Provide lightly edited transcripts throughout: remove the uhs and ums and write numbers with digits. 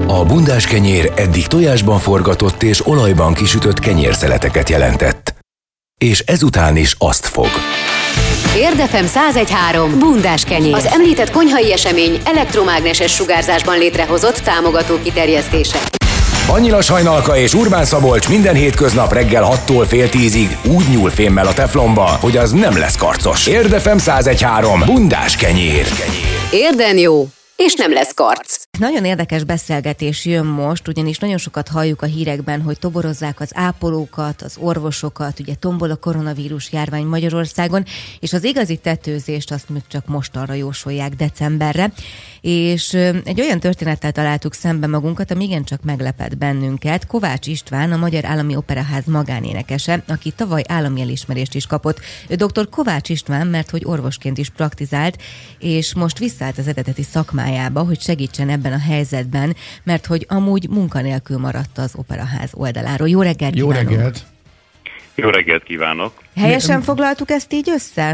A bundás kenyér eddig tojásban forgatott és olajban kisütött kenyérszeleteket jelentett. És ezután is azt fog. Érdefem 101.3 bundás kenyér. Az említett konyhai esemény elektromágneses sugárzásban létrehozott támogató kiterjesztése. Annyila Sajnalka és Urbán Szabolcs minden hétköznap reggel 6-tól fél 10-ig úgy nyúl fémmel a teflonba, hogy az nem lesz karcos. Érdefem 101.3 bundás kenyér. Érden jó, és nem lesz karc. Nagyon érdekes beszélgetés jön most, ugyanis nagyon sokat halljuk a hírekben, hogy toborozzák az ápolókat, az orvosokat, ugye tombol a koronavírus járvány Magyarországon, és az igazi tetőzést azt még csak mostanra jósolják decemberre. És egy olyan történettel találtuk szembe magunkat, ami igencsak meglepett bennünket. Kovács István, a Magyar Állami Operaház magánénekese, aki tavaly állami elismerést is kapott. Ő dr. Kovács István, mert hogy orvosként is praktizált, és most visszaállt az eredeti szakmájába, hogy segítsen ebben a helyzetben, mert hogy amúgy munkanélkül maradt az Operaház oldaláról. Jó reggelt kívánok! Jó reggelt! Jó reggelt kívánok! Helyesen foglaltuk ezt így össze?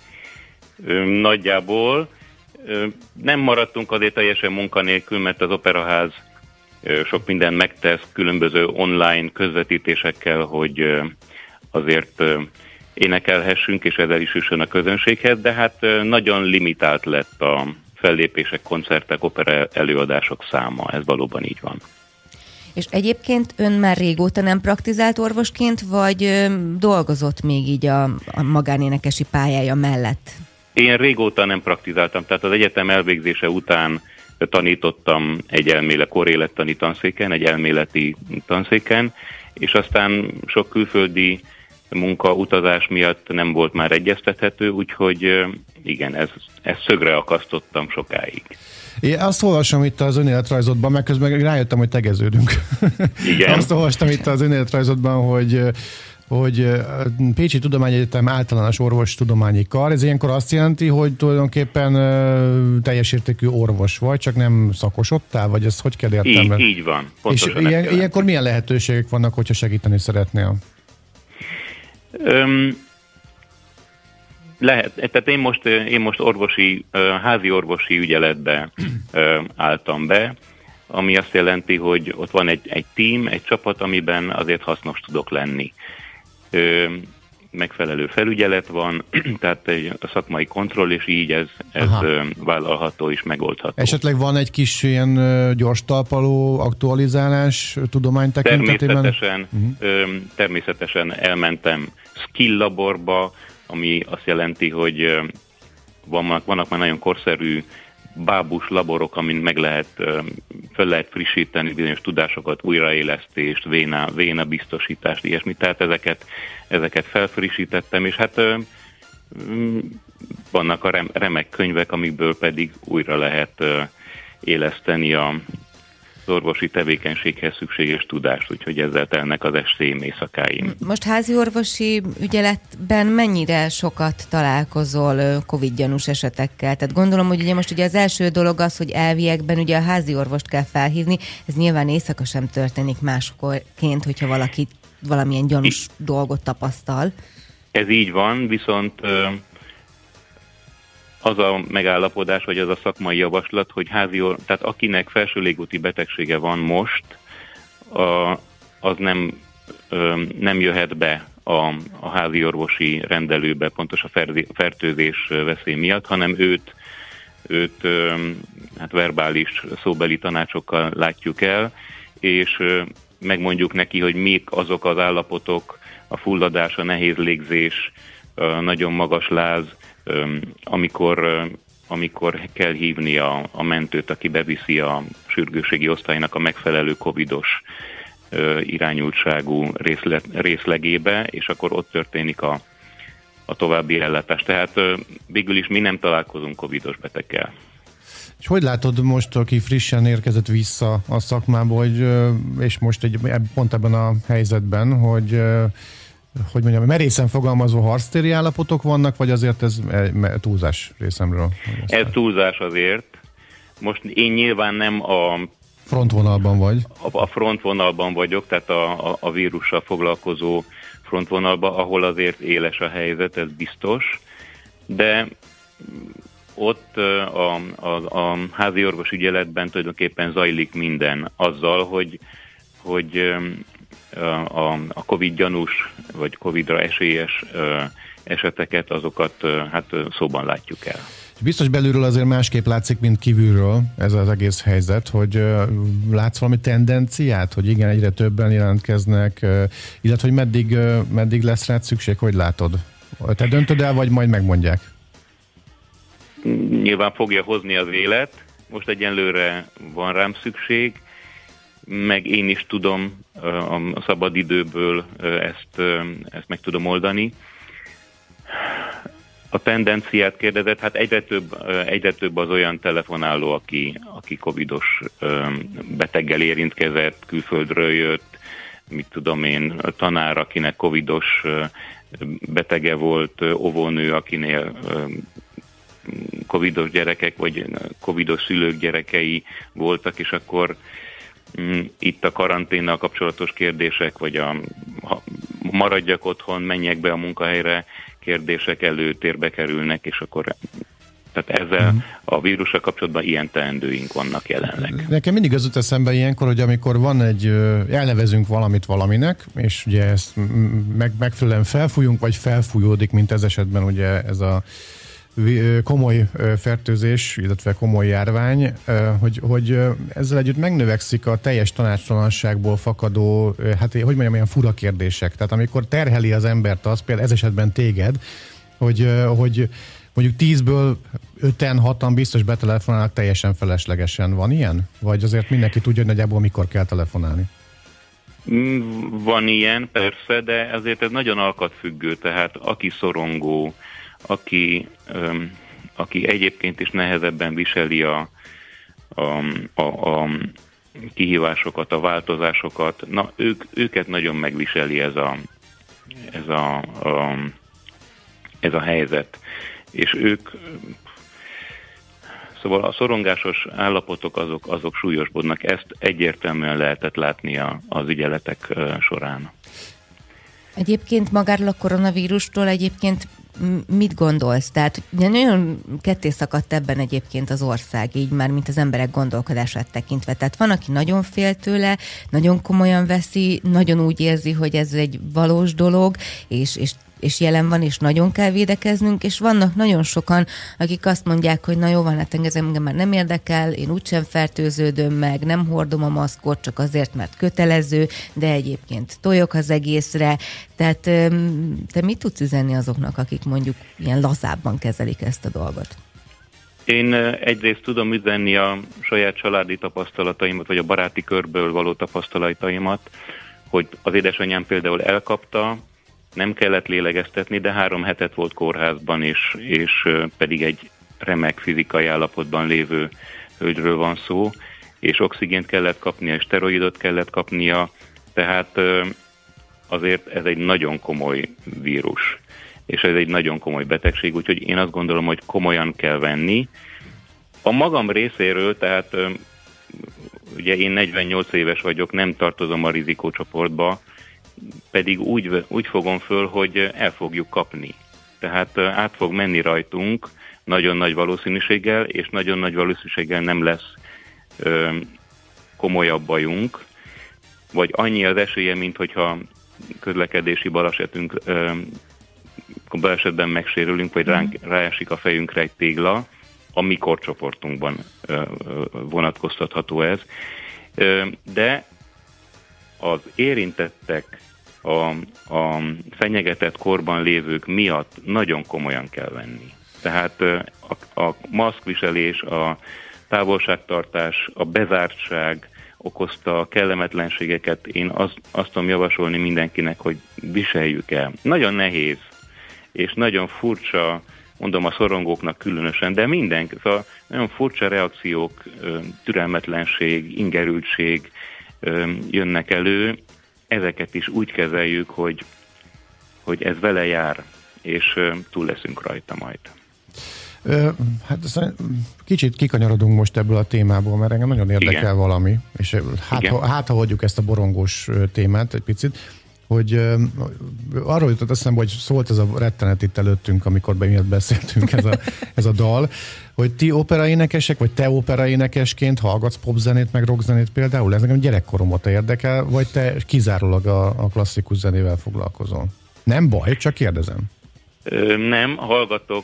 Nagyjából nem maradtunk azért teljesen munkanélkül, mert az Operaház sok mindent megtesz különböző online közvetítésekkel, hogy azért énekelhessünk, és ezzel is jusson a közönséghez, de hát nagyon limitált lett a fellépések, koncertek, opera előadások száma. Ez valóban így van. És egyébként ön már régóta nem praktizált orvosként, vagy dolgozott még így a magánénekesi pályája mellett? Én régóta nem praktizáltam, tehát az egyetem elvégzése után tanítottam egy korélettani tanszéken, egy elméleti tanszéken, és aztán sok külföldi munka, utazás miatt nem volt már egyeztethető, úgyhogy igen, ezt szögre akasztottam sokáig. Én azt olvasom itt az önéletrajzodban, meg közben rájöttem, hogy tegeződünk. Igen. Azt olvastam itt az önéletrajzodban, hogy Pécsi Tudományegyetem általános orvostudományi kar. Ez ilyenkor azt jelenti, hogy tulajdonképpen teljes értékű orvos vagy, csak nem szakosodtál, vagy ezt hogy kell értelmezni? Így van. És ilyenkor milyen lehetőségek vannak, hogyha segíteni szeretnél? Lehet, tehát én most házi orvosi ügyeletbe álltam be, ami azt jelenti, hogy ott van egy tím, egy csapat, amiben azért hasznos tudok lenni. Megfelelő felügyelet van, tehát a szakmai kontroll, és így ez vállalható és megoldható. Esetleg van egy kis ilyen gyors talpaló aktualizálás tudomány tekintetében? Természetesen elmentem skill laborba, ami azt jelenti, hogy vannak már nagyon korszerű bábus laborok, amin fel lehet frissíteni bizonyos tudásokat, újraélesztést, véna biztosítást, ilyesmi. Tehát ezeket felfrissítettem, és hát vannak a remek könyvek, amikből pedig újra lehet éleszteni az orvosi tevékenységhez szükséges tudást, úgyhogy ezzel telnek az estém éjszakáim. Most házi orvosi ügyeletben mennyire sokat találkozol Covid-gyanús esetekkel? Tehát gondolom, hogy ugye most ugye az első dolog az, hogy elviekben ugye a házi orvost kell felhívni, ez nyilván éjszaka sem történik másként, hogyha valaki valamilyen gyanús dolgot tapasztal. Ez így van, viszont az a megállapodás, vagy az a szakmai javaslat, hogy tehát akinek felső légúti betegsége van most, az nem jöhet be a házi orvosi rendelőbe pontos a fertőzés veszély miatt, hanem őt hát verbális szóbeli tanácsokkal látjuk el, és megmondjuk neki, hogy mik azok az állapotok, a fulladás, a nehéz légzés, a nagyon magas láz, amikor kell hívni a mentőt, aki beviszi a sürgősségi osztálynak a megfelelő covidos irányultságú részlegébe, és akkor ott történik a további ellátás. Tehát végül is mi nem találkozunk covidos beteggel. És hogy látod most, aki frissen érkezett vissza a szakmába, és most pont ebben a helyzetben, hogy mondjam, merészen fogalmazó harctéri állapotok vannak, vagy azért ez túlzás részemről? Ez túlzás azért. Most én nyilván nem a frontvonalban vagy? A frontvonalban vagyok, tehát a vírussal foglalkozó frontvonalban, ahol azért éles a helyzet, ez biztos, de ott a házi orvos ügyeletben tulajdonképpen zajlik minden azzal, hogy a Covid gyanús, vagy Covidra esélyes eseteket, azokat hát szóban látjuk el. Biztos belülről azért másképp látszik, mint kívülről ez az egész helyzet, hogy látsz valami tendenciát, hogy igen, egyre többen jelentkeznek, illetve hogy meddig lesz rá szükség, hogy látod? Te döntöd el, vagy majd megmondják? Nyilván fogja hozni az élet, most egyenlőre van rám szükség, meg én is tudom a szabad időből ezt meg tudom oldani. A tendenciát kérdezett, hát egyre több az olyan telefonáló, aki covidos beteggel érintkezett, külföldről jött, mit tudom én, tanár, akinek covidos betege volt, óvónő, akinél covidos gyerekek, vagy covidos szülők gyerekei voltak, és akkor itt a karanténnal kapcsolatos kérdések, vagy maradjak otthon, menjek be a munkahelyre kérdések előtérbe kerülnek, és akkor tehát ezzel a vírussal kapcsolatban ilyen teendőink vannak jelenleg. Nekem mindig az jut eszembe ilyenkor, hogy amikor van elnevezünk valamit valaminek, és ugye ezt megfelelően felfújunk, vagy felfújódik, mint ez esetben ugye ez a komoly fertőzés, illetve komoly járvány, hogy ezzel együtt megnövekszik a teljes tanácstalanságból fakadó, hát hogy mondjam, olyan fura kérdések. Tehát amikor terheli az embert az, például ez esetben téged, hogy mondjuk 10-ből 5-en, 6-an biztos betelefonálnak teljesen feleslegesen. Van ilyen? Vagy azért mindenki tudja, hogy nagyjából mikor kell telefonálni? Van ilyen, persze, de azért ez nagyon alkatfüggő, tehát aki szorongó, aki egyébként is nehezebben viseli a kihívásokat, a változásokat, na őket nagyon megviseli ez a helyzet. És ők, szóval a szorongásos állapotok azok súlyosbodnak, ezt egyértelműen lehetett látni az ügyeletek során. Egyébként magáról a koronavírusról egyébként mit gondolsz? Tehát nagyon ketté szakadt ebben egyébként az ország, így már, mint az emberek gondolkodását tekintve. Tehát van, aki nagyon fél tőle, nagyon komolyan veszi, nagyon úgy érzi, hogy ez egy valós dolog, és jelen van, és nagyon kell védekeznünk, és vannak nagyon sokan, akik azt mondják, hogy na jó van, hát engem már nem érdekel, én úgysem fertőződöm meg, nem hordom a maszkot, csak azért, mert kötelező, de egyébként tojok az egészre. Tehát te mit tudsz üzenni azoknak, akik mondjuk ilyen lazábban kezelik ezt a dolgot? Én egyrészt tudom üzenni a saját családi tapasztalataimat, vagy a baráti körből való tapasztalataimat, hogy az édesanyám például elkapta, nem kellett lélegeztetni, de 3 hetet volt kórházban, és pedig egy remek fizikai állapotban lévő hölgyről van szó, és oxigént kellett kapnia, és steroidot kellett kapnia, tehát azért ez egy nagyon komoly vírus, és ez egy nagyon komoly betegség, úgyhogy én azt gondolom, hogy komolyan kell venni. A magam részéről, tehát ugye én 48 éves vagyok, nem tartozom a rizikócsoportba, pedig úgy fogom föl, hogy el fogjuk kapni. Tehát át fog menni rajtunk nagyon nagy valószínűséggel, és nagyon nagy valószínűséggel nem lesz komolyabb bajunk, vagy annyi az esélye, mint hogyha közlekedési balesetben megsérülünk, vagy ráesik a fejünkre egy tégla, a mi korcsoportunkban vonatkoztatható ez. De az érintettek, a fenyegetett korban lévők miatt nagyon komolyan kell venni. Tehát a maszkviselés, a távolságtartás, a bezártság okozta kellemetlenségeket én azt tudom javasolni mindenkinek, hogy viseljük el. Nagyon nehéz, és nagyon furcsa, mondom a szorongóknak különösen, de mindenki, szóval nagyon furcsa reakciók, türelmetlenség, ingerültség jönnek elő, ezeket is úgy kezeljük, hogy ez vele jár, és túl leszünk rajta majd. Hát kicsit kikanyarodunk most ebből a témából, mert engem nagyon érdekel valami, és ha hagyjuk ezt a borongós témát egy picit. hogy arról jutott eszembe, hogy szólt ez a rettenet itt előttünk, amikor miatt beszéltünk ez a dal, hogy ti operaénekesek, vagy te operaénekesként hallgatsz popzenét, meg rockzenét például? Ez nekem gyerekkoromat érdekel, vagy te kizárólag a klasszikus zenével foglalkozol? Nem baj, csak kérdezem. Nem, hallgatok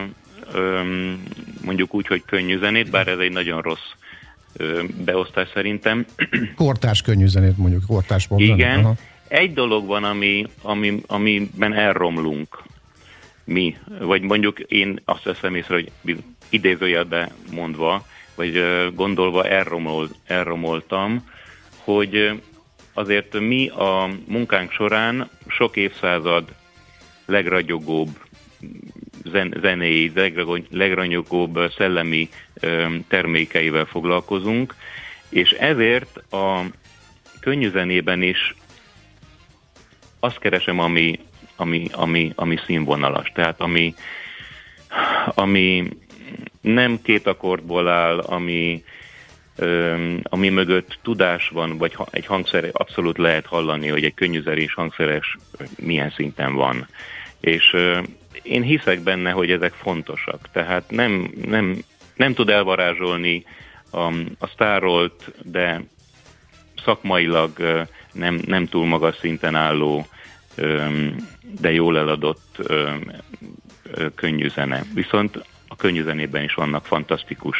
mondjuk úgy, hogy könnyű zenét, bár ez egy nagyon rossz beosztás szerintem. Kortárs könnyű zenét mondjuk, kortárs popzenét. Igen. Aha. Egy dolog van, amiben elromlunk mi, vagy mondjuk én azt veszem észre, hogy idézőjelben mondva, vagy gondolva elromoltam, hogy azért mi a munkánk során sok évszázad legragyogóbb zenéi, legragyogóbb szellemi termékeivel foglalkozunk, és ezért a könnyű zenében is azt keresem, ami színvonalas, tehát ami nem két akkordból áll, ami mögött tudás van, vagy egy hangszer abszolút lehet hallani, hogy egy könnyűzenés hangszeres milyen szinten van. És én hiszek benne, hogy ezek fontosak. Tehát nem tud elvarázsolni a sztárolt, de szakmailag nem túl magas szinten álló, de jól eladott könnyű zene. Viszont a könnyű zenében is vannak fantasztikus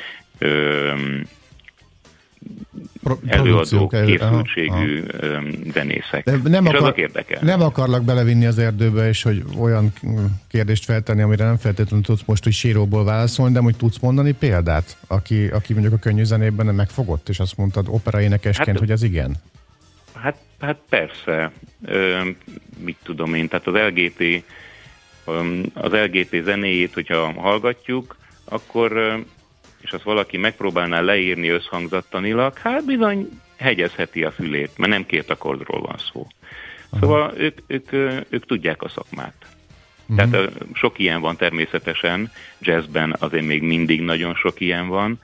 előadók, készültségű zenészek. Azok érdekel. Nem akarlak belevinni az erdőbe, és hogy olyan kérdést feltenni, amire nem feltétlenül tudsz most úgy síróból válaszolni, de hogy tudsz mondani példát, aki mondjuk a könnyű zenében nem megfogott, és azt mondtad operaénekesként, hogy ez igen? Hát persze. Mit tudom én, tehát az LGT zenéjét, hogyha hallgatjuk, akkor és azt valaki megpróbálná leírni összhangzattanilag, hát bizony hegyezheti a fülét, mert nem két akkordról van szó. Szóval ők tudják a szakmát. Tehát sok ilyen van természetesen, jazzben azért még mindig nagyon sok ilyen van.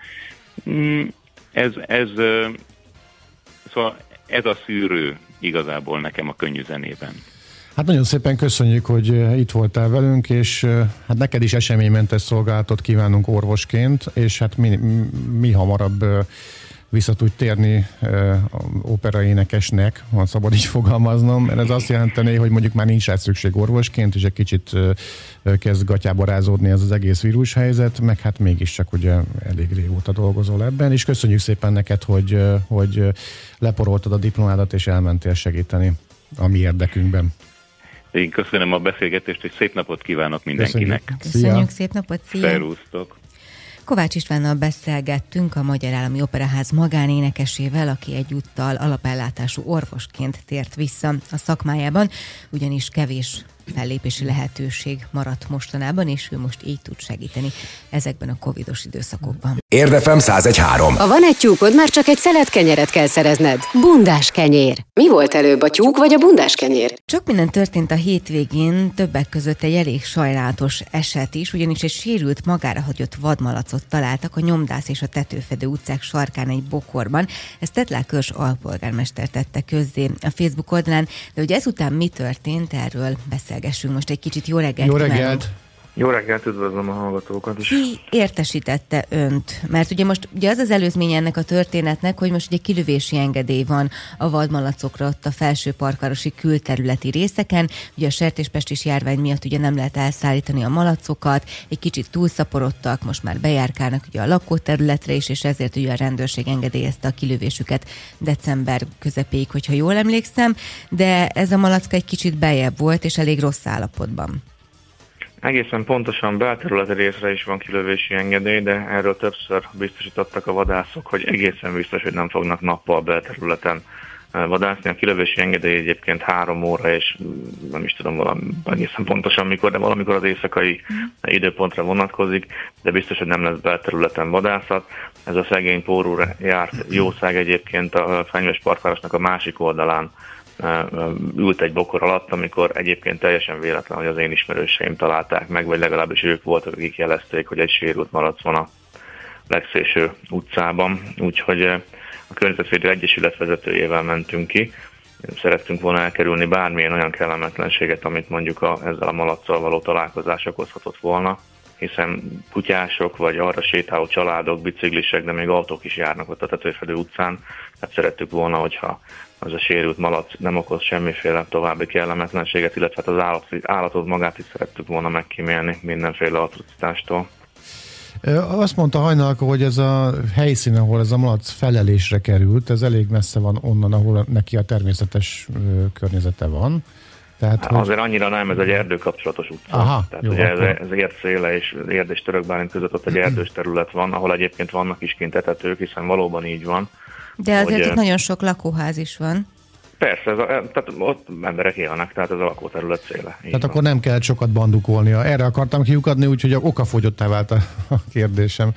Szóval ez a szűrő igazából nekem a könnyű zenében. Hát nagyon szépen köszönjük, hogy itt voltál velünk, és hát neked is eseménymentes szolgálatot kívánunk orvosként, és hát mi hamarabb vissza tudj térni operaénekesnek, ha szabad így fogalmaznom, mert ez azt jelenteni, hogy mondjuk már nincs rá szükség orvosként, és egy kicsit kezd gatyába rázódni ez az egész vírushelyzet, meg hát mégiscsak ugye elég régóta dolgozol ebben, és köszönjük szépen neked, hogy leporoltad a diplomádat, és elmentél segíteni a mi érdekünkben. Én köszönöm a beszélgetést, és szép napot kívánok mindenkinek. Köszönjük, szép napot, szia! Szervusztok! Kovács Istvánnal beszélgettünk, a Magyar Állami Operaház magánénekesével, aki egyúttal alapellátású orvosként tért vissza a szakmájában, ugyanis kevés fellépési lehetőség maradt mostanában, és ő most így tud segíteni ezekben a covidos időszakokban. Érdefem 101.3. Ha van egy tyúkod, már csak egy szelet kenyeret kell szerezned. Bundás kenyér. Mi volt előbb, a tyúk vagy a bundás kenyér? Sok minden történt a hétvégén, többek között egy elég sajnálatos eset is, ugyanis egy sérült, magára hagyott vadmalacot találtak a Nyomdász és a Tetőfedő utcák sarkán egy bokorban. Ezt Tetlák Körs alpolgármester tette közzé a Facebook oldalán, de hogy ezután mi történt, erről beszélgessünk most egy kicsit. Jó reggelt! Jó reggelt! Jó reggelt, üdvözlöm a hallgatókat is. Ki értesítette önt? Mert ugye most ugye az előzmény ennek a történetnek, hogy most ugye kilövési engedély van a vadmalacokra ott a felső parkvárosi külterületi részeken. Ugye a sertéspestis járvány miatt ugye nem lehet elszállítani a malacokat, egy kicsit túlszaporodtak, most már bejárkálnak ugye a lakóterületre is, és ezért ugye a rendőrség engedélyezte a kilövésüket december közepéig, hogyha jól emlékszem, de ez a malacka egy kicsit beljebb volt, és elég rossz állapotban. Egészen pontosan belterületi részre is van kilövési engedély, de erről többször biztosítottak a vadászok, hogy egészen biztos, hogy nem fognak nappal belterületen vadászni. A kilövési engedély egyébként 3 óra, és nem is tudom egészen pontosan mikor, de valamikor az éjszakai időpontra vonatkozik, de biztos, hogy nem lesz belterületen vadászat. Ez a szegény pórú járt jószág egyébként a Fenyves parkvárosnak a másik oldalán ült egy bokor alatt, amikor egyébként teljesen véletlen, hogy az én ismerőseim találták meg, vagy legalábbis ők voltak, akik jelezték, hogy egy sérült malac van a legszélső utcában. Úgyhogy a Környezetvédő Egyesület vezetőjével mentünk ki, szerettünk volna elkerülni bármilyen olyan kellemetlenséget, amit mondjuk ezzel a malacccal való találkozás okozhatott volna, hiszen kutyások vagy arra sétáló családok, biciklisek, de még autók is járnak ott a Tetőfedő utcán. Tehát szerettük volna, hogyha az a sérült malac nem okoz semmiféle további kellemetlenséget, illetve az állatot magát is szerettük volna megkímélni mindenféle atrocitástól. Azt mondta Hajnalka, hogy ez a helyszín, ahol ez a malac felelésre került, ez elég messze van onnan, ahol neki a természetes környezete van. Tehát, azért annyira nem, ez egy erdőkapcsolatos utca. Aha, tehát jó, ugye akkor... ez Érd-Széle és Érd és Törökbálint között ott egy erdős terület van, ahol egyébként vannak is kint etetők, hiszen valóban így van. De azért ott nagyon sok lakóház is van. Persze, tehát ott emberek élnek, tehát ez a lakóterület széle. Tehát akkor nem kell sokat bandukolnia. Erre akartam kiukadni, úgyhogy okafogyottá vált a kérdésem.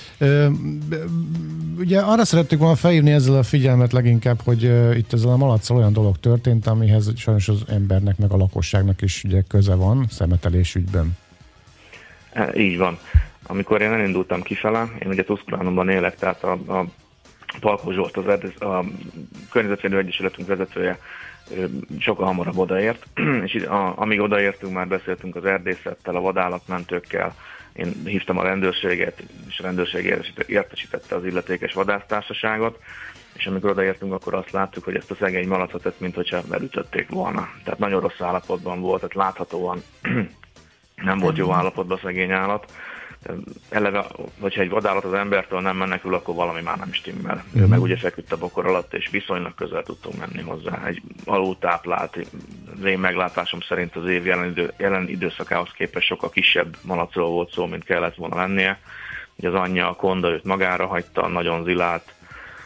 Ugye arra szerettük volna felhívni ezzel a figyelmet leginkább, hogy itt ezzel a malacccal olyan dolog történt, amihez sajnos az embernek meg a lakosságnak is ugye köze van szemetelés ügyben. Így van. Amikor én elindultam kifele, én ugye Tusculánumban élek, tehát a Palkó Zsolt, a Környezetvédő Egyesületünk vezetője sokkal hamarabb odaért, és amíg odaértünk, már beszéltünk az erdészettel, a vadállatmentőkkel, én hívtam a rendőrséget, és a rendőrség értesítette az illetékes vadásztársaságot, és amikor odaértünk, akkor azt láttuk, hogy ezt a szegény malacot, minthogyha elütötték volna. Tehát nagyon rossz állapotban volt, tehát láthatóan nem volt jó állapotban a szegény állat. Eleve, hogyha egy vadállat az embertől nem menekül, akkor valami már nem stimmel. Ő meg ugye feküdt a bokor alatt, és viszonylag közel tudtunk menni hozzá. Egy alultáplált, az én meglátásom szerint az év jelen időszakához képest sokkal kisebb malacról volt szó, mint kellett volna lennie. Ugye az anyja, a konda őt magára hagyta, nagyon zilált,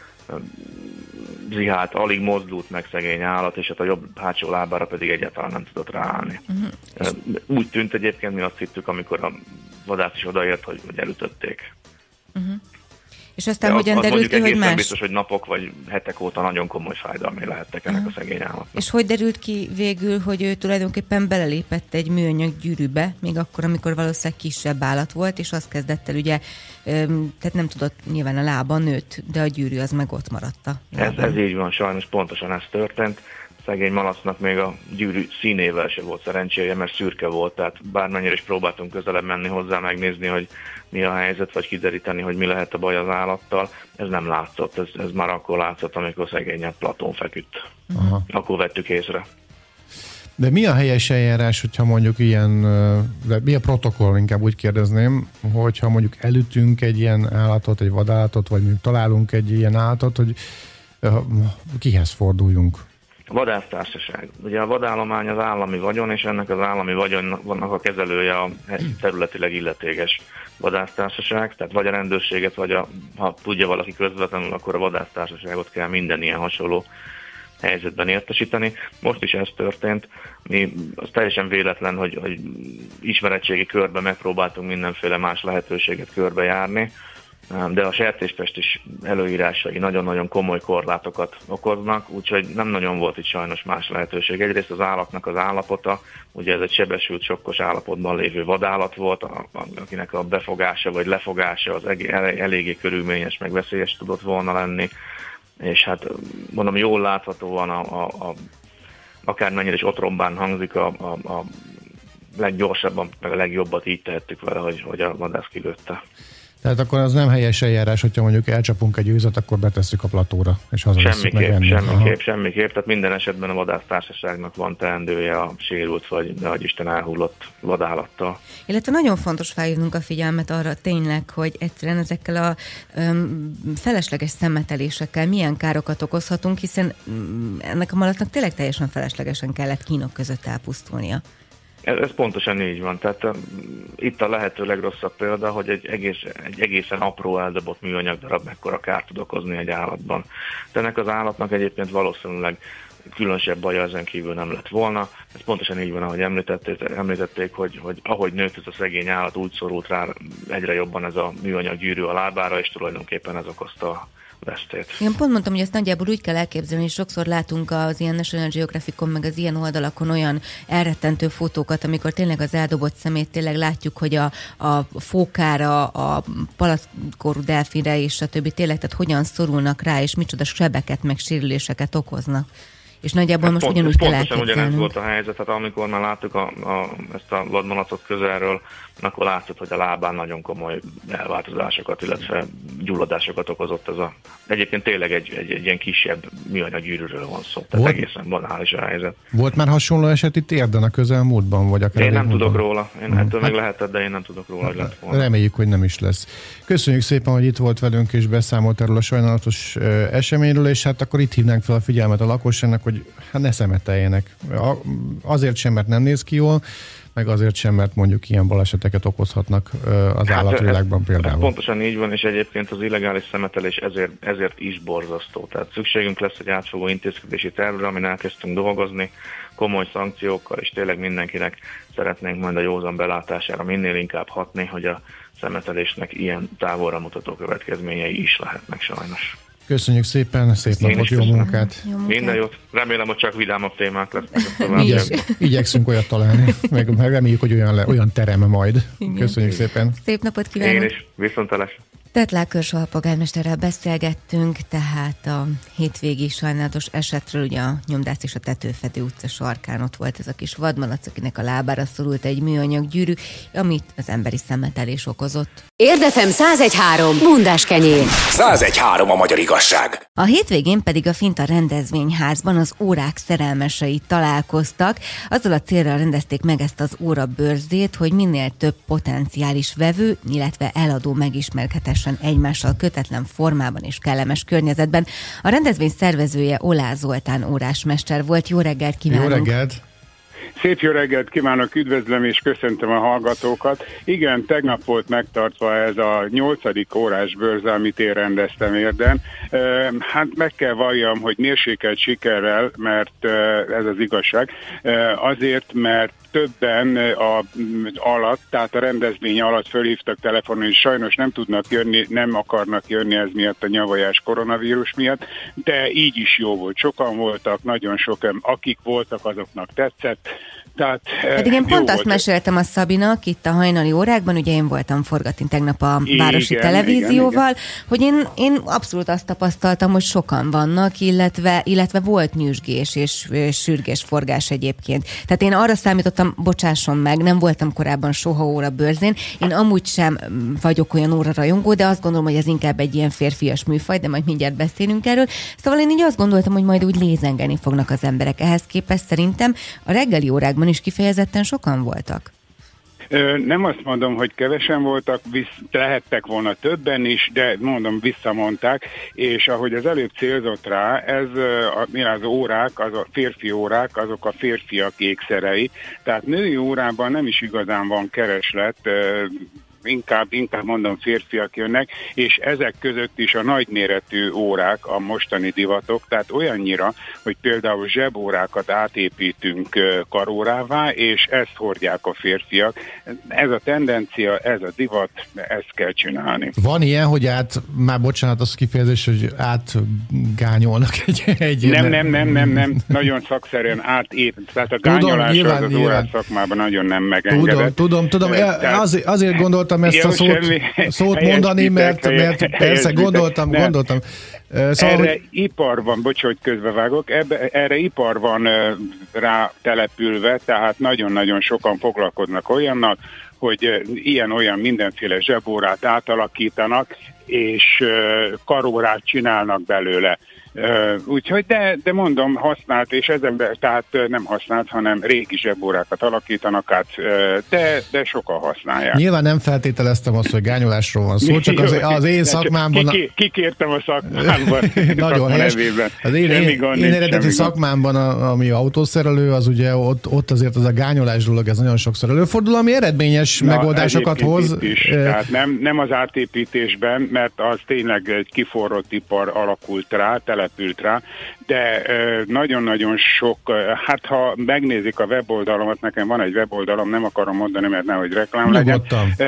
zihált, alig mozdult meg szegény állat, és hát a jobb hátsó lábára pedig egyáltalán nem tudott ráállni. Úgy tűnt egyébként, mi azt hittük, amikor a vadász is odaért, hogy elütötték. És aztán hogyan derült ki, hogy más? Biztos, hogy napok vagy hetek óta nagyon komoly fájdalmai lehettek ennek a szegény állatnak. És hogy derült ki végül, hogy ő tulajdonképpen belelépett egy műanyag gyűrűbe, még akkor, amikor valószínűleg kisebb állat volt, és azt kezdett el ugye, tehát nem tudott, nyilván a lába nőtt, de a gyűrű az meg ott maradt. Ez így van, sajnos pontosan ez történt. Szegény malacnak még a gyűrű színével se volt szerencséje, mert szürke volt, tehát bármennyire is próbáltunk közelebb menni hozzá, megnézni, hogy mi a helyzet, vagy kideríteni, hogy mi lehet a baj az állattal. Ez nem látszott, ez már akkor látszott, amikor szegényen platón feküdt. Aha. Akkor vettük észre. De mi a helyes eljárás, hogyha mondjuk ilyen, de mi a protokoll, inkább úgy kérdezném, hogyha mondjuk elütünk egy ilyen állatot, egy vadállatot, vagy mondjuk találunk egy ilyen állatot, hogy kihez forduljunk? A vadásztársaság. Ugye a vadállomány az állami vagyon, és ennek az állami vagyonnak a kezelője a területileg illetékes vadásztársaság, tehát vagy a rendőrséget, vagy ha tudja valaki közvetlenül, akkor a vadásztársaságot kell minden ilyen hasonló helyzetben értesíteni. Most is ez történt. Az teljesen véletlen, hogy ismeretségi körbe megpróbáltunk mindenféle más lehetőséget körbejárni, de a sertéspestis előírásai nagyon-nagyon komoly korlátokat okoznak, úgyhogy nem nagyon volt itt sajnos más lehetőség. Egyrészt az állatnak az állapota, ugye ez egy sebesült, sokkos állapotban lévő vadállat volt, akinek a befogása vagy lefogása az eléggé körülményes, meg veszélyes tudott volna lenni, és hát mondom, jól láthatóan akármennyire is otrombán hangzik, a leggyorsabban, meg a legjobbat így tehettük vele, hogy a vadász kilőtte. Tehát akkor az nem helyes eljárás, hogyha mondjuk elcsapunk egy őzet, akkor betesszük a platóra, és hazavesszük meg enni. Semmiképp. Tehát minden esetben a vadásztársaságnak van teendője a sérült, vagy nehogy Isten elhullott vadállattal. Illetve nagyon fontos felhívnunk a figyelmet arra tényleg, hogy egyszerűen ezekkel a felesleges szemetelésekkel milyen károkat okozhatunk, hiszen ennek a malatnak tényleg teljesen feleslegesen kellett kínok között elpusztulnia. Ez pontosan így van. Tehát itt a lehető legrosszabb példa, hogy egy egészen apró eldobott műanyag darab mekkora kárt tud okozni egy állatban. De ennek az állatnak egyébként valószínűleg különösebb baja ezen kívül nem lett volna. Ez pontosan így van, ahogy említették, hogy ahogy nőtt ez a szegény állat, úgy szorult rá egyre jobban ez a műanyag gyűrű a lábára, és tulajdonképpen ez okozta vesztét. Én pont mondtam, hogy ezt nagyjából úgy kell elképzelni, és sokszor látunk az ilyen National Geographicon, meg az ilyen oldalakon olyan elrettentő fotókat, amikor tényleg az eldobott szemét tényleg látjuk, hogy a fókára, a palaszkorú delfinre és a többi tényleg, tehát hogyan szorulnak rá, és micsoda sebeket, meg sérüléseket okoznak. És nagyjából most ugyanúgy kell elképzelnünk. Pontosan ugyanez volt a helyzet, tehát amikor már láttuk ezt a vadmalacot közelről, akkor látszott, hogy a lábán nagyon komoly elváltozásokat, illetve gyulladásokat okozott ez egyébként tényleg egy ilyen kisebb műanyag gyűrűről van szó, tehát egészen banális a helyzet. Volt már hasonló eset itt Érden a közelmúltban, vagy akár én nem tudok róla, ettől még lehetett, de én nem tudok róla, hogy lett volna. Reméljük, hogy nem is lesz. Köszönjük szépen, hogy itt volt velünk és beszámolt erről a sajnálatos eseményről, és hát akkor itt hívnánk fel a figyelmet a lakosságnak, hogy hát ne szemeteljenek. Azért sem, mert nem néz ki jól, meg azért sem, mert mondjuk ilyen baleseteket okozhatnak az állatvilágban például. Ez pontosan így van, és egyébként az illegális szemetelés ezért is borzasztó. Tehát szükségünk lesz egy átfogó intézkedési tervre, amin elkezdtünk dolgozni, komoly szankciókkal, és tényleg mindenkinek szeretnénk majd a józan belátására minél inkább hatni, hogy a szemetelésnek ilyen távolra mutató következményei is lehetnek sajnos. Köszönjük szépen, szép napot, jó munkát! Minden jót, remélem, hogy csak vidámabb témák lesznek. Igyekszünk olyat találni, meg reméljük, hogy olyan terem majd. Igen. Köszönjük szépen! Szép napot kívánok! Én is, viszontlátásra! Tetlák Körsó alpolgármesterrel beszélgettünk, tehát a hétvégi sajnálatos esetről, ugye a Nyomdász és a Tetőfedő utca sarkán ott volt ez a kis vadmalac, akinek a lábára szorult egy műanyag gyűrű, amit az emberi szemetelés okozott. Érdefem 101.3 Bundás kenyér. 101.3 a magyar igazság. A hétvégén pedig a Finta rendezvényházban az órák szerelmesei találkoztak. Azzal a célra rendezték meg ezt az órabörzét, hogy minél több potenciális vevő, illetve eladó megismerkedhessen egymással kötetlen formában és kellemes környezetben. A rendezvény szervezője Olá Zoltán órásmester volt. Jó reggelt kívánunk! Jó reggelt! Szép jó reggelt kívánok, üdvözlöm és köszöntöm a hallgatókat. Igen, tegnap volt megtartva ez a 8. órás bőrze, amit én rendeztem Érden. Hát meg kell valljam, hogy mérsékelt sikerrel, mert ez az igazság. Azért, mert többen tehát a rendezvény alatt fölhívtak telefonon, és sajnos nem tudnak jönni, nem akarnak jönni ez miatt a nyavajás koronavírus miatt, de így is jó volt. Sokan voltak, nagyon sokan, akik voltak, azoknak tetszett. Tehát, pedig én pont azt meséltem a Szabinak itt a hajnali órákban, ugye én voltam forgatni tegnap a városi televízióval, igen. Hogy én abszolút azt tapasztaltam, hogy sokan vannak, illetve volt nyüzsgés és sürgés forgás egyébként. Tehát én arra számítottam, bocsásson meg, nem voltam korábban soha óra bőrzén, én amúgy sem vagyok olyan óra rajongó, de azt gondolom, hogy ez inkább egy ilyen férfias műfaj, de majd mindjárt beszélünk erről. Szóval én így azt gondoltam, hogy majd úgy lézengeni fognak az emberek. Ehhez képest szerintem a reggeli órákban is kifejezetten sokan voltak. Nem azt mondom, hogy kevesen voltak, lehettek volna többen is, de mondom, visszamondták, és ahogy az előbb célzott rá, az órák, az a férfi órák, azok a férfiak ékszerei, tehát női órában nem is igazán van kereslet, inkább mondom férfiak jönnek, és ezek között is a nagyméretű órák a mostani divatok, tehát olyannyira, hogy például zsebórákat átépítünk karórává, és ezt hordják a férfiak. Ez a tendencia, ez a divat, ezt kell csinálni. Van ilyen, hogy már bocsánat, az kifejezés, hogy átgányolnak egy Nem. Nagyon szakszerűen tehát a gányolás az órás szakmában nagyon nem megengedett. Tudom. Azért gondoltam ezt a szót mondani, mert persze gondoltam. Szóval, erre ipar van, hogy közbevágok, erre ipar van rá települve, tehát nagyon-nagyon sokan foglalkoznak olyannak, hogy ilyen-olyan mindenféle zsebórát átalakítanak, és karórát csinálnak belőle. Úgyhogy, de mondom, használt, és tehát nem használt, hanem régi zsebórákat alakítanak át, de sokan használják. Nyilván nem feltételeztem azt, hogy gányolásról van szó, csak az én szakmámban... Kikértem a szakmámban. Nagyon helyes. Az én eredeti szakmámban, ami autószerelő, az ugye ott azért az a gányolás dolog, ez nagyon sokszor előfordul, ami eredményes megoldásokat hoz. Tehát nem az átépítésben, mert az tényleg egy kiforrott ipar alakult rá, települt rá, de nagyon-nagyon sok, hát ha megnézik a weboldalomat, nekem van egy weboldalom, nem akarom mondani, mert nehogy reklám legyen.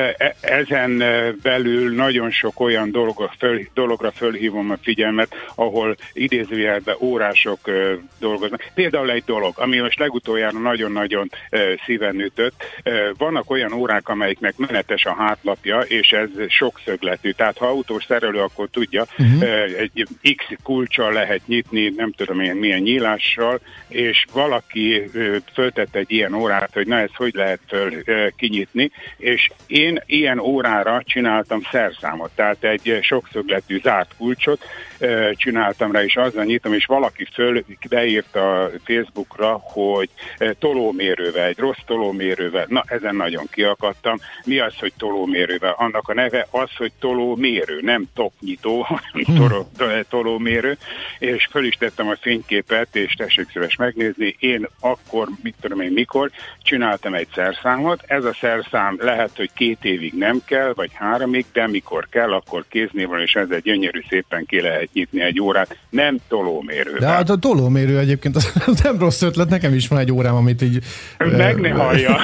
Ezen belül nagyon sok olyan dologra fölhívom a figyelmet, ahol idézőjelben órások dolgoznak. Például egy dolog, ami most legutoljára nagyon-nagyon szíven ütött, vannak olyan órák, amelyiknek menetes a hátlapja, és ez sokszögletű. Tehát ha autós szerelő, akkor tudja, egy X kulcs nyílással lehet nyitni, nem tudom én milyen nyílással, és valaki föltett egy ilyen órát, hogy na ezt hogy lehet kinyitni, és én ilyen órára csináltam szerszámot, tehát egy sokszögletű zárt kulcsot csináltam rá, és azzal nyitom, és valaki beírt a Facebookra, hogy tolómérővel, egy rossz tolómérővel, na ezen nagyon kiakadtam. Mi az, hogy tolómérővel? Annak a neve az, hogy tolómérő, nem topnyitó, hanem tolómérő, és föl is tettem a fényképet, és tessék szíves megnézni. Én akkor, mit tudom én mikor, csináltam egy szerszámot. Ez a szerszám lehet, hogy 2 évig nem kell, vagy 3 évig, de mikor kell, akkor kéznél van, és ezzel gyönyörű szépen ki lehet nyitni egy órát, nem tolómérővel. De hát a tolómérő egyébként az nem rossz ötlet, nekem is van egy órám, amit így... Meg ne hallja.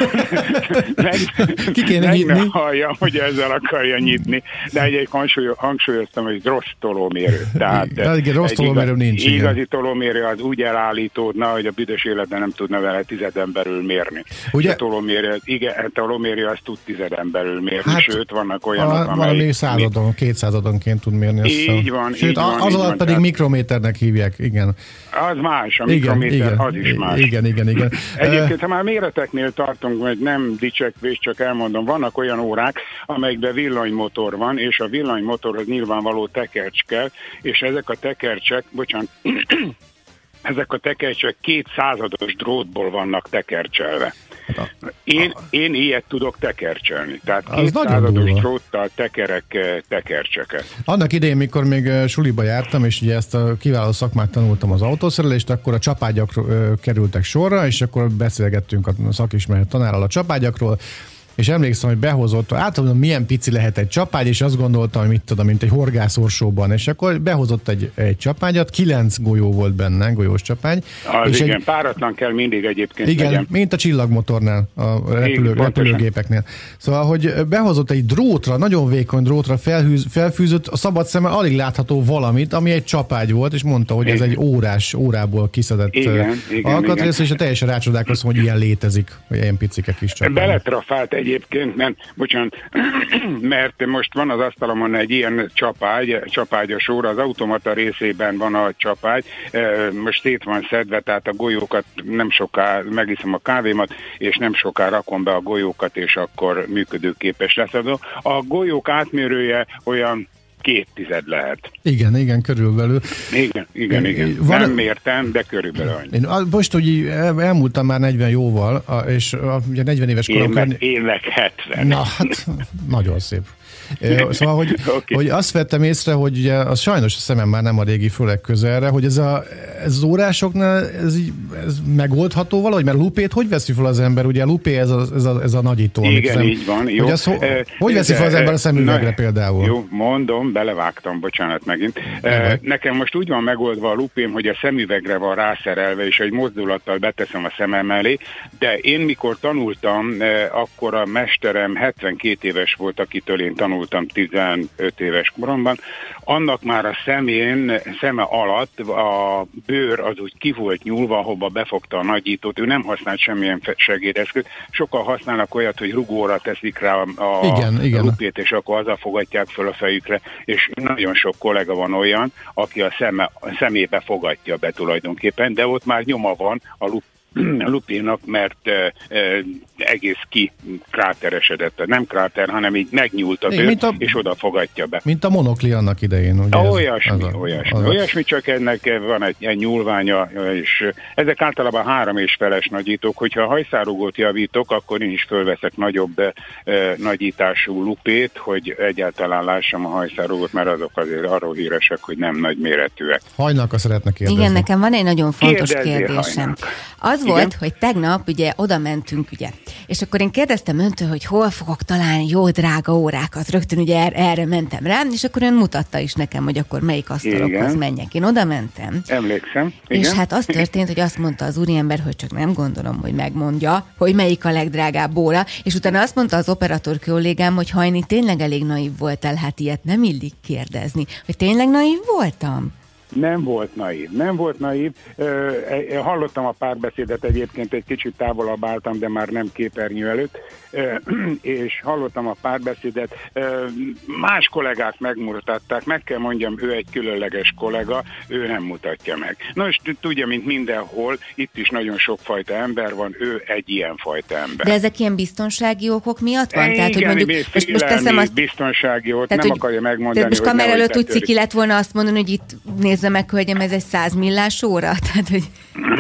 Ki kéne nyitni? Meg ne hallja, hogy ezzel akarja nyitni. De egy hangsúlyoztam, hogy rossz tolómérő. Tehát igen, rossz tolómérő nincs. Igazi tolómérő az úgy elállítódna, hogy a büdös életben nem tudna vele 10-en belül mérni. Ugye? A tolómérő az tud 10-en belül mérni, hát, sőt vannak olyanok, valami 200-adonként tud mérni. Így van. Sőt, az alatt pedig mikrométernek hívják, igen. Az más, a mikrométer az is más. Igen. Egyébként, ha már méreteknél tartunk, hogy nem dicsekvés, csak elmondom, vannak olyan órák, amelyekben villanymotor van, és a villanymotorhoz nyilvánvaló tekercs kell, és ezek a tekercsek, ezek a tekercsek 2/100 drótból vannak tekercselve. Én ilyet tudok tekercselni. Tehát 2/100 dróttal tekerek tekercseket. Annak idején, mikor még suliba jártam, és ugye ezt a kiváló szakmát tanultam, az autószerelést, akkor a csapágyakról kerültek sorra, és akkor beszélgettünk a szakismeret tanárral a csapágyakról, és emlékszem, hogy behozott, általában milyen pici lehet egy csapágy, és azt gondoltam, hogy mit tudom, mint egy horgászorsóban, és akkor behozott egy csapágyat, 9 golyó volt benne, golyós csapágy. És igen, páratlan kell mindig egyébként. Igen, legyen. mint a csillagmotornál, a repülőgépeknél. Szóval, hogy behozott egy drótra, nagyon vékony drótra felfűzött, a szabad szemmel alig látható valamit, ami egy csapágy volt, és mondta, hogy ez egy órából kiszedett alkatrész, és teljesen rácsodálkoztam, hogy ilyen létezik, hogy ilyen picike kis csapágy. Beletrafált egyébként, mert most van az asztalomon egy ilyen csapágyas óra, az automata részében van a csapágy, most szét van szedve, tehát a golyókat nem soká megiszom a kávémat, és nem soká rakom be a golyókat, és akkor működőképes lesz. A golyók átmérője olyan 2/10 lehet. Igen, körülbelül. Igen. Nem mértem, de körülbelül annyi. Én most, hogy elmúltam már 40 jóval, és ugye 40 éves korom... Én meg 70. Na, hát nagyon szép. Szóval, hogy azt vettem észre, hogy ugye az sajnos a szemem már nem a régi, főleg közelre, hogy ez az órásoknál ez megoldható valahogy, mert lupét hogy veszi fel az ember? Ugye a lupé ez a nagyító. Igen, így van. Jó. Hogy veszi fel az ember a szemüvegre például? Jó, mondom, belevágtam, bocsánat megint. Nekem most úgy van megoldva a lupém, hogy a szemüvegre van rászerelve, és egy mozdulattal beteszem a szemem elé, de én mikor tanultam, akkor a mesterem 72 éves volt, akitől én tanultam 15 éves koromban, annak már a szeme alatt a bőr az úgy ki volt nyúlva, ahova befogta a nagyítót, ő nem használt semmilyen segédeszközt, sokan használnak olyat, hogy rugóra teszik rá a lupét, és akkor azzal fogatják föl a fejükre, és nagyon sok kollega van olyan, aki a szemébe fogatja be tulajdonképpen, de ott már nyoma van a lupénak, mert egész kráteresedett. Nem kráter, hanem így megnyúlt a bőr, és oda fogatja be. Mint a monokli annak idején. Ugye Olyasmi, csak ennek van egy nyúlványa, és ezek általában 3,5-es nagyítók. Hogyha a hajszárugót javítok, akkor én is fölveszek nagyobb nagyítású lupét, hogy egyáltalán lássam a hajszárugót, mert azok azért arról híresek, hogy nem nagy méretűek. Hajnalka szeretnek kérdezni. Igen, nekem van egy nagyon fontos kérdésem. Az volt, hogy tegnap ugye oda mentünk, ugye, és akkor én kérdeztem öntől, hogy hol fogok találni jó drága órákat. Rögtön ugye erre mentem rá, és akkor ön mutatta is nekem, hogy akkor melyik asztalokhoz menjek. Én oda mentem. Emlékszem. Igen. És hát az történt, hogy azt mondta az úriember, hogy csak nem gondolom, hogy megmondja, hogy melyik a legdrágább óra, és utána azt mondta az operatőr kollégám, hogy Hajni, tényleg elég naív voltál, hát ilyet nem illik kérdezni. Hogy tényleg naív voltam? Nem volt naív. Hallottam a párbeszédet, egyébként egy kicsit távolabb álltam, de már nem képernyő előtt, és hallottam a párbeszédet. Más kollégák megmutatták, meg kell mondjam, ő egy különleges kollega, ő nem mutatja meg. Nos, tudja, mint mindenhol, itt is nagyon sokfajta ember van, ő egy ilyen fajta ember. De ezek ilyen biztonsági okok miatt van? Tehát, igen, hogy mondjuk, most teszem azt, biztonsági okok, tehát, nem akarja megmondani, most kamera előtt úgy ciki lett volna azt mondani, hogy itt nézze meg, hölgyem, ez egy 100 millás óra? Tehát, hogy...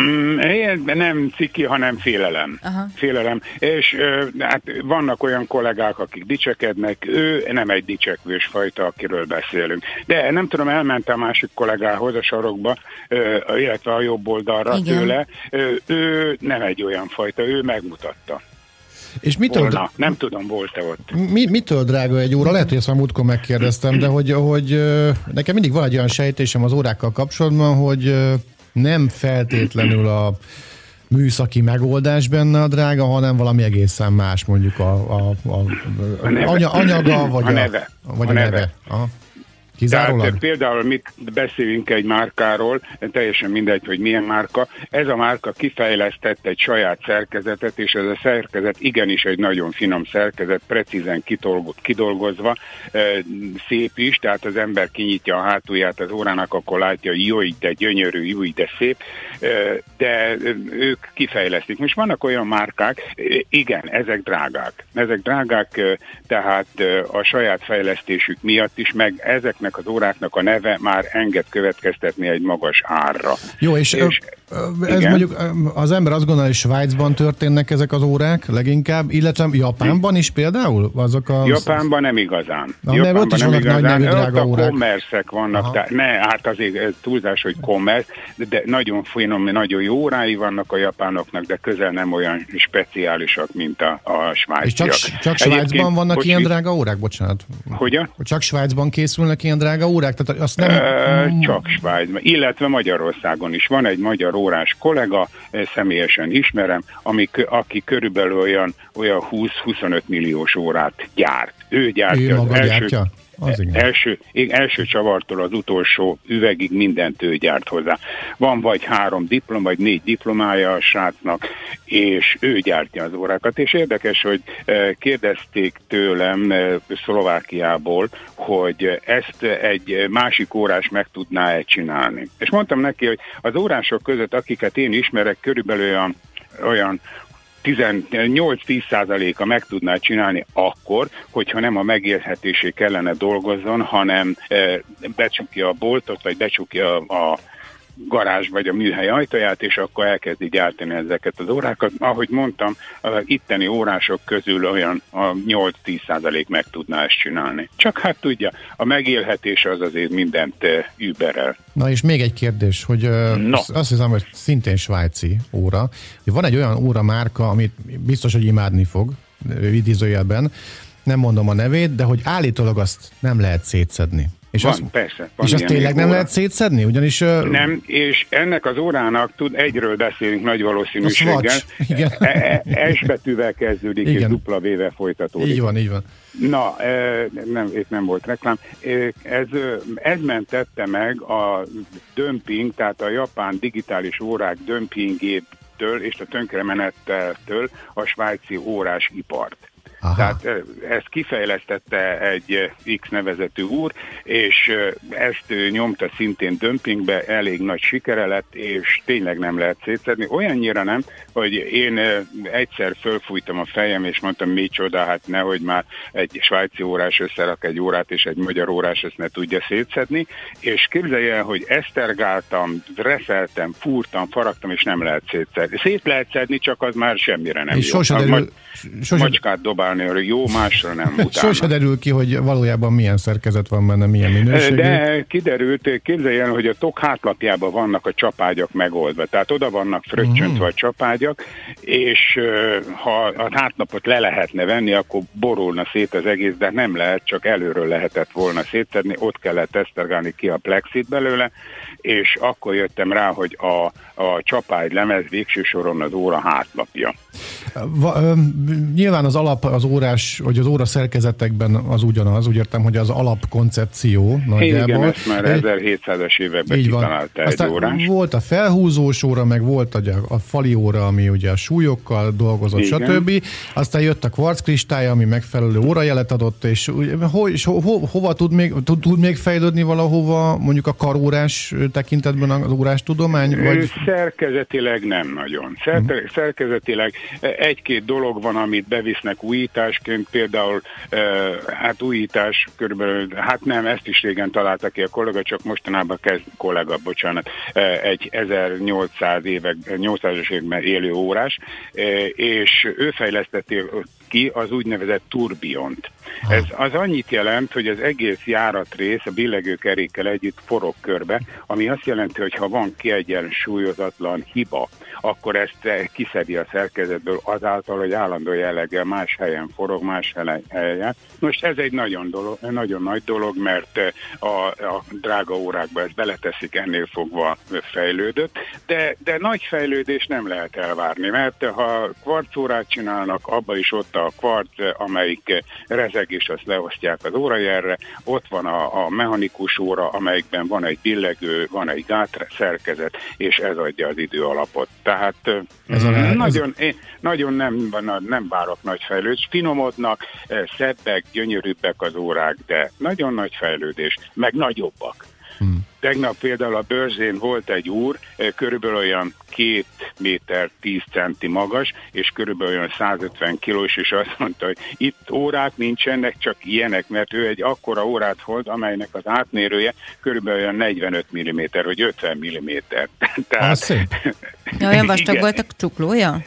Nem ciki, hanem félelem. Aha. Félelem. És hát vannak olyan kollégák, akik dicsekednek, ő nem egy dicsekvős fajta, akiről beszélünk. De nem tudom, elment a másik kollégához a sarokba, illetve a jobb oldalra tőle. Ő nem egy olyan fajta, ő megmutatta. És mitől, nem tudom, volt-e ott. Mitől drága egy óra? Lehet, hogy ezt már múltkor megkérdeztem, de hogy nekem mindig van egy olyan sejtésem az órákkal kapcsolatban, hogy nem feltétlenül a műszaki megoldás benne a drága, hanem valami egészen más, mondjuk a anyaga, vagy a neve. Aha. Tehát például mit beszélünk egy márkáról, teljesen mindegy, hogy milyen márka. Ez a márka kifejlesztett egy saját szerkezetet, és ez a szerkezet igenis egy nagyon finom szerkezet, precízen kidolgozva, szép is, tehát az ember kinyitja a hátulját az órának, akkor látja, hogy jó, de gyönyörű, jó, de szép, de ők kifejlesztik. Most vannak olyan márkák, igen, ezek drágák, tehát a saját fejlesztésük miatt is, meg ezeknek az óráknak a neve már enged következtetni egy magas árra. Jó, és ez mondjuk az ember azt gondolja, hogy Svájcban történnek ezek az órák leginkább, illetve Japánban is például? Japánban nem igazán. Mert ott is vannak nagy nevű drága órák. Ott a commerce-ek vannak, hát azért túlzás, hogy commerce, de nagyon finom, nagyon jó órái vannak a japánoknak, de közel nem olyan speciálisak, mint a svájciak. És csak Svájcban vannak ilyen drága órák? Bocsánat. Hogyan? Csak Svájcban készülnek ilyen drága órák? Tehát azt nem... Csak Svájcban, illetve Magyarországon is. Van egy magyar órás kollega, személyesen ismerem, aki körülbelül olyan 20-25 milliós órát gyárt. Ő gyártja az első csavartól az utolsó üvegig mindent ő gyárt hozzá. Van vagy 3 vagy 4 diplomája a srácnak, és ő gyártja az órákat. És érdekes, hogy kérdezték tőlem Szlovákiából, hogy ezt egy másik órás meg tudná-e csinálni. És mondtam neki, hogy az órások között, akiket én ismerek, körülbelül olyan 18-10%-a meg tudná csinálni akkor, hogyha nem a megélhetésé kellene dolgozzon, hanem becsukja a boltot, vagy becsukja a garázs vagy a műhely ajtaját, és akkor elkezdi gyártani ezeket az órákat. Ahogy mondtam, az itteni órások közül olyan a 8-10% meg tudná ezt csinálni. Csak hát tudja, a megélhetés az azért mindent überel. Na és még egy kérdés, hogy azt hiszem, hogy szintén svájci óra. Van egy olyan óra márka, amit biztos, hogy imádni fog, idézőjelben, nem mondom a nevét, de hogy állítólag azt nem lehet szétszedni. És persze. És azt tényleg nem lehet szétszedni? Ugyanis... Nem, és ennek az órának, egyről beszélünk nagy valószínűséggel. S betűvel kezdődik, igen. És dupla V-vel folytatódik. Így van. Na, itt nem volt reklám. Ez mentette meg a dömping, tehát a japán digitális órák dömpingétől és a tönkremenettől a svájci órás ipart. Aha. Tehát ezt kifejlesztette egy X nevezetű úr, és ezt nyomta szintén dömpingbe, elég nagy sikere lett, és tényleg nem lehet szétszedni. Olyannyira nem, hogy én egyszer fölfújtam a fejem, és mondtam, micsoda, hát nehogy már egy svájci órás összerak egy órát, és egy magyar órás ezt ne tudja szétszedni, és képzelje el, hogy esztergáltam, reszeltem, fúrtam, faragtam, és nem lehet szétszedni. Szét lehet szedni, csak az már semmire nem és jó. Macskát dobálni, jó, másra nem utána. Sose derül ki, hogy valójában milyen szerkezet van benne, milyen minőségű. De kiderült, képzelj el, hogy a tok hátlapjában vannak a csapágyak megoldva. Tehát oda vannak fröccsöntve a csapágyak, és ha a hátlapot le lehetne venni, akkor borulna szét az egész, de nem lehet, csak előről lehetett volna szétszedni, ott kellett esztergálni ki a plexit belőle, és akkor jöttem rá, hogy a csapágy lemez végső soron az óra hátlapja. Nyilván az alap, az órás, vagy az óra szerkezetekben az ugyanaz, úgy értem, hogy az alapkoncepció nagyjából. Igen, ezt már 1700-as években kitalálta egy órás. Volt a felhúzós óra, meg volt a fali óra, ami ugye a súlyokkal dolgozott, stb. Aztán jött a kvarckristály, ami megfelelő órajelet adott, és hova tud még fejlődni valahova, mondjuk a karórás tekintetben az órástudomány? Vagy... Szerkezetileg nem nagyon. Szerkezetileg egy-két dolog van, amit bevisznek újításként, például újítás körülbelül, ezt is régen találta ki a kollega, csak mostanában egy 1800-as években élő órás, és ő fejlesztette ki az úgynevezett turbiont. Ez az annyit jelent, hogy az egész járatrész a billegőkerékkel együtt forog körbe, ami azt jelenti, hogy ha van kiegyensúlyozatlan hiba, akkor ezt kiszedi a szerkezetből azáltal, hogy állandó jelleggel más helyen forog, más helyen. Most ez egy nagyon nagy dolog, mert a drága órákba ezt beleteszik, ennél fogva fejlődött, de nagy fejlődés nem lehet elvárni, mert ha kvarcórát csinálnak, abba is ott a kvarc, amelyik rezeg, és azt leosztják az órajelre, ott van a mechanikus óra, amelyikben van egy billegő, van egy gátszerkezet, és ez adja az idő alapot. Tehát nagyon nem várok nagy fejlődést. Finomodnak, szebbek, gyönyörűbbek az órák, de nagyon nagy fejlődés, meg nagyobbak. Tegnap például a Börzsén volt egy úr, körülbelül olyan 2 méter 10 centi magas, és körülbelül olyan 150 kilós, és azt mondta, hogy itt órák nincsenek, csak ilyenek, mert ő egy akkora órát hold, amelynek az átmérője körülbelül olyan 45 mm, vagy 50 mm. Tehát... Olyan vastag volt a csuklója?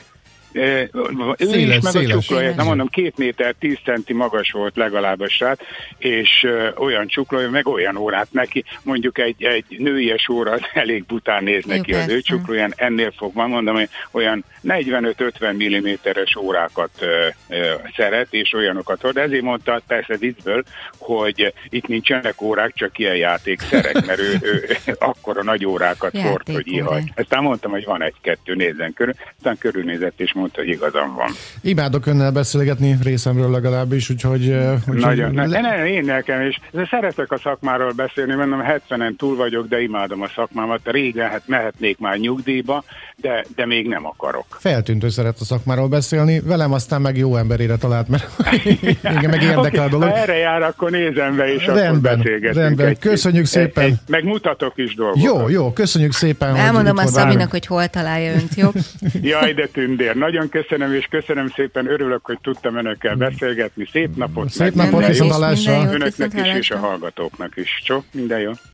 Széles. Meg a csuklója, nem mondom, 2 méter 10 centi magas volt legalább a srác, és olyan csuklója, meg olyan órát neki, mondjuk egy nőies óra az elég bután néz neki az ő csuklóján, ennél fogva mondom, hogy olyan 45-50 mm-es órákat szeret, és olyanokat hord. Ezért mondta, persze viccből, hogy itt nincsenek órák, csak ilyen játékszerek, mert ő akkora nagy órákat hord, hogy ihaj. Aztán mondtam, hogy van egy-kettő, nézzen körül, aztán körülnézett, és mondta, hogy igazam van. Imádok önnel beszélgetni, részemről legalábbis, úgyhogy... Nagyon. Én nekem is. Szeretek a szakmáról beszélni, mondom, 70-en túl vagyok, de imádom a szakmámat. Régen mehetnék már nyugdíjba, de még nem akarok. Feltűntő szeret a szakmáról beszélni, velem aztán meg jó emberére talált, mert engem meg érdekel a dolog. Ha erre jár, akkor nézem be, és akkor beszélgetünk. Rendben, köszönjük szépen. Meg mutatok is dolgokat. Jó, köszönjük szépen. Elmondom a Szabinak, hogy hol találja önt, jó? Jaj, de tündér. Nagyon köszönöm, és köszönöm szépen, örülök, hogy tudtam önökkel beszélgetni. Szép napot! Szép napot, viszontlátásra! Önöknek is, és a hallgatóknak is. Csó, minden jó!